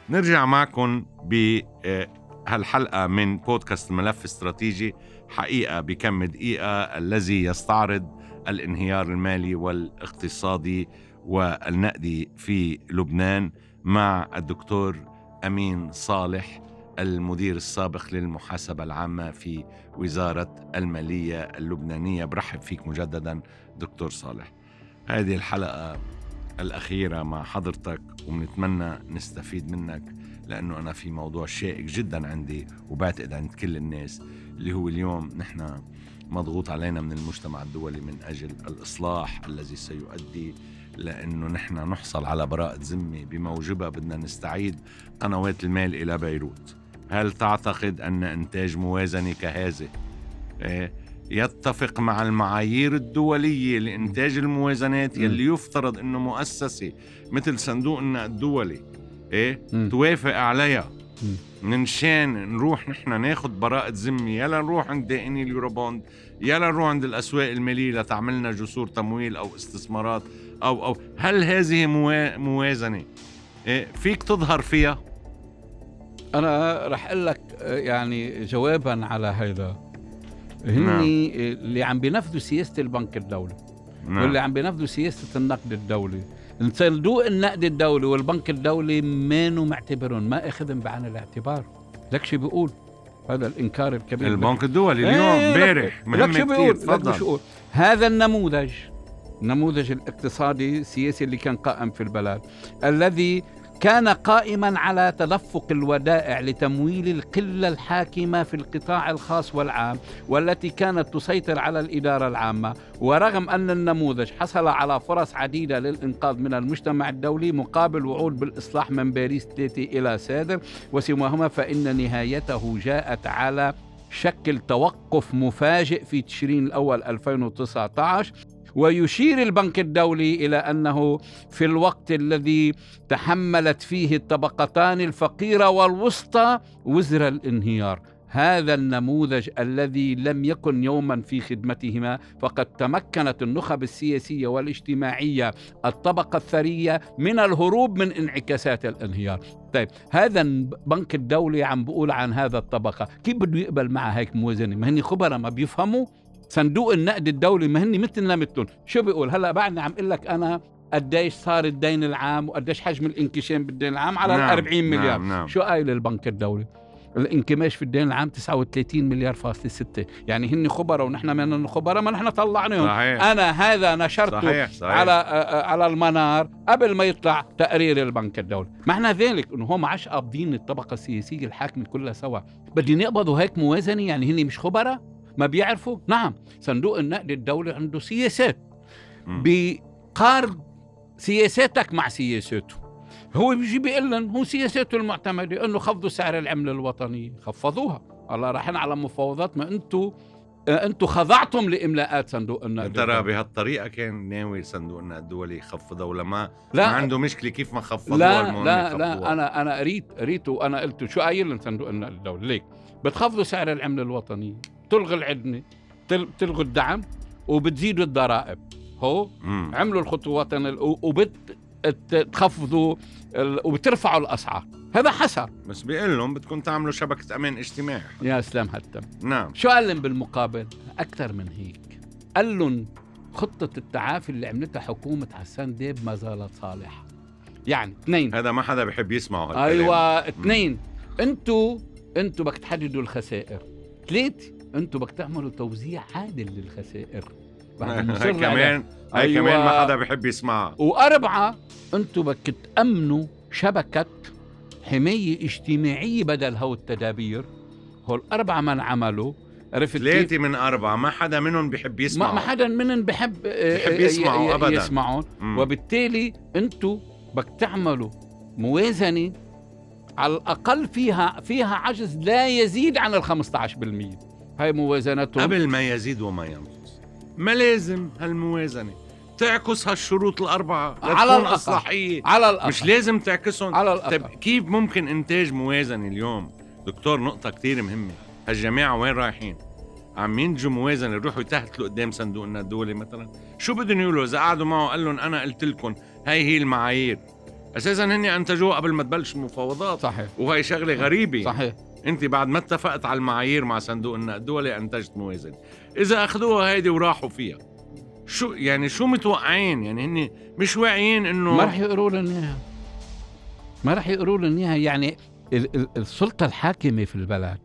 نرجع معكم بهالحلقة من بودكاست الملف الاستراتيجي، حقيقة بكم دقيقة، الذي يستعرض الانهيار المالي والاقتصادي والنقدي في لبنان، مع الدكتور أمين صالح، المدير السابق للمحاسبة العامة في وزارة المالية اللبنانية. برحب فيك مجددا دكتور صالح. هذه الحلقة الأخيرة مع حضرتك ونتمنى نستفيد منك، لأنه أنا في موضوع شائك جدا عندي وبعتقد عند كل الناس، اللي هو اليوم نحن مضغوط علينا من المجتمع الدولي من أجل الإصلاح الذي سيؤدي لأنه نحن نحصل على براءة ذمة بموجبها بدنا نستعيد قنوات المال إلى بيروت. هل تعتقد أن إنتاج موازنة كهذه يتفق مع المعايير الدولية لإنتاج الموازنات يلي يفترض أنه مؤسسة مثل صندوق النقد الدولي توافق عليها من شان نروح نحن ناخد براءة ذمة، يلا نروح عند دائني اليوروبوند، يلا نروح عند الأسواق المالية لتعملنا جسور تمويل أو استثمارات أو هل هذه موازنة فيك تظهر فيها؟ أنا رح أقول لك يعني جوابا على هذا. هني اللي عم بينفذوا سياسة البنك الدولي واللي عم بينفذوا سياسة النقد الدولي، صندوق النقد الدولي والبنك الدولي مانو معتبرون، ما أخذهم بعين الاعتبار. لك شو بيقول هذا الإنكار الكبير؟ البنك الدولي اليوم بارح مهم كتير. تفضل. هذا النموذج الاقتصادي السياسي اللي كان قائم في البلد، الذي كان قائما على تدفق الودائع لتمويل القلة الحاكمة في القطاع الخاص والعام، والتي كانت تسيطر على الإدارة العامة. ورغم أن النموذج حصل على فرص عديدة للإنقاذ من المجتمع الدولي مقابل وعود بالإصلاح من باريس 3 إلى سادر وسواهما، فإن نهايته جاءت على شكل توقف مفاجئ في تشرين الأول 2019. ويشير البنك الدولي إلى أنه في الوقت الذي تحملت فيه الطبقتان الفقيرة والوسطى وزر الانهيار، هذا النموذج الذي لم يكن يوما في خدمتهما، فقد تمكنت النخب السياسية والاجتماعية الطبقة الثرية من الهروب من انعكاسات الانهيار. طيب هذا البنك الدولي عم بقول عن هذا الطبقة، كيف بده يقبل مع هيك موازنة؟ ما هني خبراء ما بيفهموا. صندوق النقد الدولي ما هني مثلنا مثلهم. شو بيقول هلا بعدني عم اقول لك انا قديش صار الدين العام وقديش حجم الانكشام بالدين العام على 40 مليار. نعم. شو قايل البنك الدولي؟ الانكماش في الدين العام 39 مليار فاصلة 6. يعني هن خبراء ونحن من خبراء، ما نحن طلعناهم. أنا هذا نشرته صحيح. على المنار قبل ما يطلع تقرير البنك الدولي. معنى ذلك انه هم عاش قابضين الطبقة السياسية الحاكمة كلها سوا. بدي نقبضوا هيك موازنة؟ يعني هن مش خبراء ما بيعرفوا؟ نعم، صندوق النقد الدولي عنده سياسات، بقارب سياساتك مع سياساته. هو بيجي بيقول لهم هو سياساته المعتمدة انه خفضوا سعر العملة الوطنية، خفضوها. الله رايحين على مفاوضات، ما انتوا خضعتم لاملاءات صندوق النقد. ترى بهالطريقة كان ناوي صندوق النقد الدولي يخفضها ولا ما عنده مشكلة كيف ما خفضوها؟ لا انا قريت وانا قلت شو قايل لهم صندوق النقد الدولي؟ ليك بتخفضوا سعر العملة الوطنية، تلغي العدنة، تلغوا الدعم، وبتزيدوا الضرائب. هو عملوا الخطوات وبتخفضوا وبترفعوا الأسعار. هذا حصل، بس بيقول لهم بدكم تعملوا شبكة أمان اجتماعي. يا سلام هالتم. نعم. شو قال لهم بالمقابل؟ أكثر من هيك، قال لهم خطة التعافي اللي عملتها حكومة حسان ديب ما زالت صالحة. يعني 2، هذا ما حدا بيحب يسمعه هالكلام. أيوة 2، أنتوا بدك تحددوا الخسائر. 3، أنتوا بدك تعملوا توزيع عادل للخسائر. هاي كمان ما حدا بيحب يسمعها. و4، أنتوا بدك تأمنوا شبكة حماية اجتماعية بدل هو التدابير. هول 4 من عملوا. 3 من 4 ما حدا منهم بيحب يسمعوا. ما حدا منهم بيحب يسمعوا أبدا. يسمعون. وبالتالي أنتوا بدك تعملوا موازنة على الأقل فيها عجز لا يزيد عن 15%. هاي موازنتهم قبل ما يزيد وما ينقص. ما لازم هالموازنة تعكس هالشروط 4 على الأقل. إصلاحية على الأقل. مش لازم تعكسهم على الأقل. طيب كيف ممكن إنتاج موازنة اليوم؟ دكتور، نقطة كتير مهمة. هالجماعة وين رايحين؟ عم ينتجوا موازنة يروحوا يتهتلوا قدام صندوق النقد الدولي مثلا؟ شو بدهم يقولوا إذا قعدوا معه قال لهم أنا قلت لكم هاي هي المعايير؟ اساسا هن انتجوه قبل ما تبلش المفاوضات. صحيح. وهي شغله غريبه. صحيح. انت بعد ما اتفقت على المعايير مع صندوق النقد الدولي انتجت موازنه، اذا اخذوها هيدي وراحوا فيها شو متوقعين؟ يعني هن مش واعيين انه ما رح يقولوا لنا اياها، ما رح يقولوا لنا اياها. يعني السلطه الحاكمه في البلد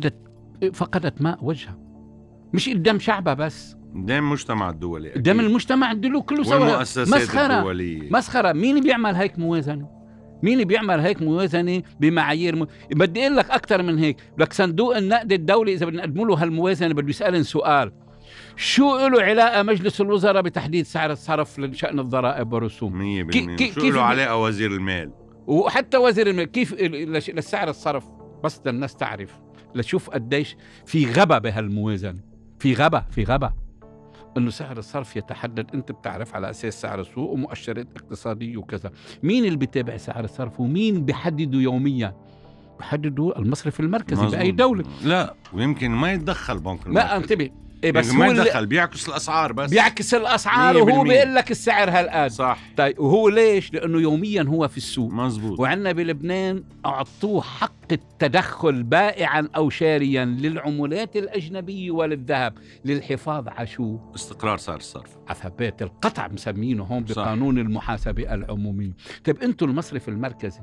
فقدت ماء وجهها، مش قدام شعبها بس، قدام المجتمع الدولي، قدام المجتمع الدولي كله سوا. والمؤسسات الدوليه. مسخره. مين بيعمل هيك موازنه؟ مين بيعمل هيك موازنه بمعايير بدي اقول لك اكثر من هيك. لك صندوق النقد الدولي اذا بدنا نقدم له هالموازنه بده يسالن سؤال: شو له علاقه مجلس الوزراء بتحديد سعر الصرف لشأن الضرائب والرسوم؟ 100%. شو له علاقه وزير المال وحتى وزير المال كيف لسعر الصرف؟ بس الناس تعرف لشوف قديش في غبا بهالموازنه، في غبا انه سعر الصرف يتحدد، انت بتعرف على اساس سعر السوق ومؤشرات اقتصاديه وكذا. مين اللي بيتابع سعر الصرف ومين بيحدده يوميا؟ بيحدده المصرف المركزي باي دوله. لا، ويمكن ما يتدخل بنك المركز. لا انتبه، بس ما يتدخل، بيعكس الاسعار بس، بيعكس الاسعار وهو بيقول لك السعر هالقد. صح. طيب وهو ليش؟ لانه يوميا هو في السوق. مزبوط. وعندنا بلبنان اعطوه حق التدخل بائعا او شاريا للعملات الاجنبيه وللذهب للحفاظ على شو؟ استقرار سعر الصرف، عثبات القطع مسمينه هون بقانون المحاسبه العموميه. طيب انتوا المصرف المركزي،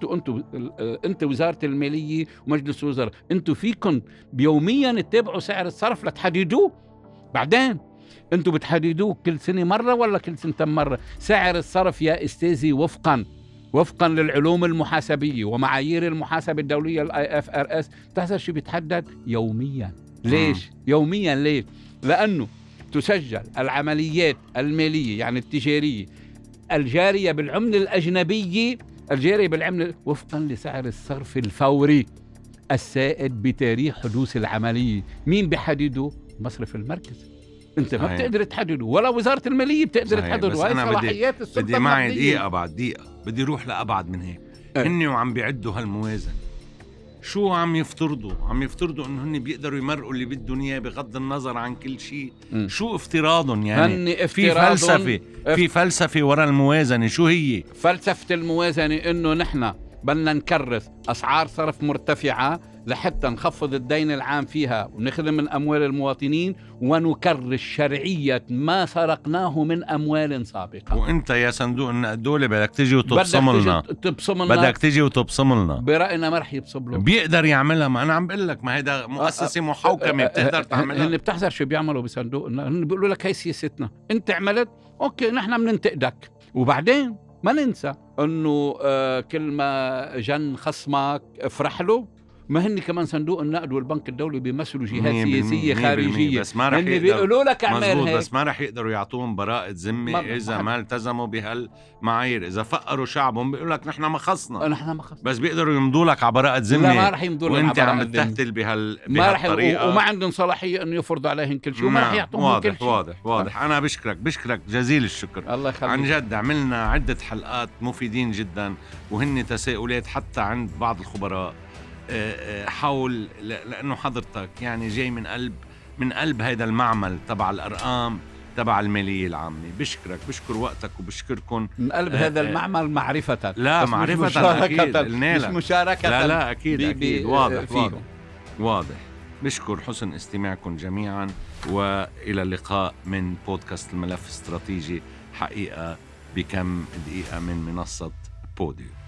انتوا وزاره الماليه ومجلس الوزراء، انتوا فيكم يوميا تتابعوا سعر الصرف لتحددوه. بعدين انتوا بتحددوه كل سنه مره ولا كل سنتين مره؟ سعر الصرف يا استاذي وفقا للعلوم المحاسبيه ومعايير المحاسبه الدوليه IFRS بتحصل شو بيتحدد يوميا. ليش يوميا؟ ليه؟ لانه تسجل العمليات الماليه يعني التجاريه الجاريه بالعمله الاجنبيه، الجاريه بالعمله وفقا لسعر الصرف الفوري السائد بتاريخ حدوث العمليه. مين بيحدده؟ مصرف المركزي. انت ما بتقدر تحدده ولا وزاره الماليه بتقدر تحدده. وهي صلاحيات السلطه بدي معي دقيقه بعد دقيقه، بدي اروح لابعد من هيك. هن وعم بيعدوا هالموازنه شو عم يفترضوا؟ عم يفترضوا انه هن بيقدروا يمرقوا اللي بدهم اياه بغض النظر عن كل شيء. شو افتراضهم؟ يعني في فلسفه ورا الموازنه. شو هي فلسفه الموازنه؟ انه نحن بدنا نكرس اسعار صرف مرتفعه لحتى نخفض الدين العام فيها ونخدم من أموال المواطنين ونكرس شرعية ما سرقناه من أموال سابقة. وإنت يا صندوق النقد الدولي بدك تجي وتبصم لنا، بدك تجي وتبصم لنا. برأينا ما رح يبصم له. بيقدر يعملها. ما أنا عم بقول لك، ما هيدا مؤسسة محوكمة بتقدر تعملها. هن بتحذر شو بيعملوا بصندوق النقد، هن بيقولوا لك هي سياستنا، أنت عملت أوكي نحن بننتقدك. وبعدين ما ننسى أنه كل ما جن خصمك افرح له. ما هن كمان صندوق النقد والبنك الدولي بيمثلوا جهات سياسية خارجية، بس ما رح بيقولوا لك اعمل هيك، بس ما رح يقدروا يعطوهم براءة ذمة إذا ما التزموا بهالمعايير. إذا فقروا شعبهم بيقولوا لك نحن ما خصنا، بس بيقدروا يمضوا لك على براءة ذمة. لا، ما رح يمضوا لك وانت عم بتهتل بهالطريقة، وما عندهم صلاحية انه يفرضوا عليهم كل شيء، وما رح يعطوهم كل شيء. واضح. انا بشكرك جزيل الشكر. الله يخليك. عن جد عملنا عدة حلقات مفيدين جدا، وهن تساؤلات حتى عند بعض الخبراء حول، لأنه حضرتك يعني جاي من قلب هيدا المعمل تبع الأرقام تبع المالية العامة. بشكر وقتك وبشكركم من قلب هذا المعمل معرفة. لا معرفة أكيد، مش مشاركة. لا أكيد واضح. بشكر حسن استماعكم جميعا، وإلى اللقاء من بودكاست الملف الاستراتيجي، حقيقة بكم دقيقة من منصة بوديو.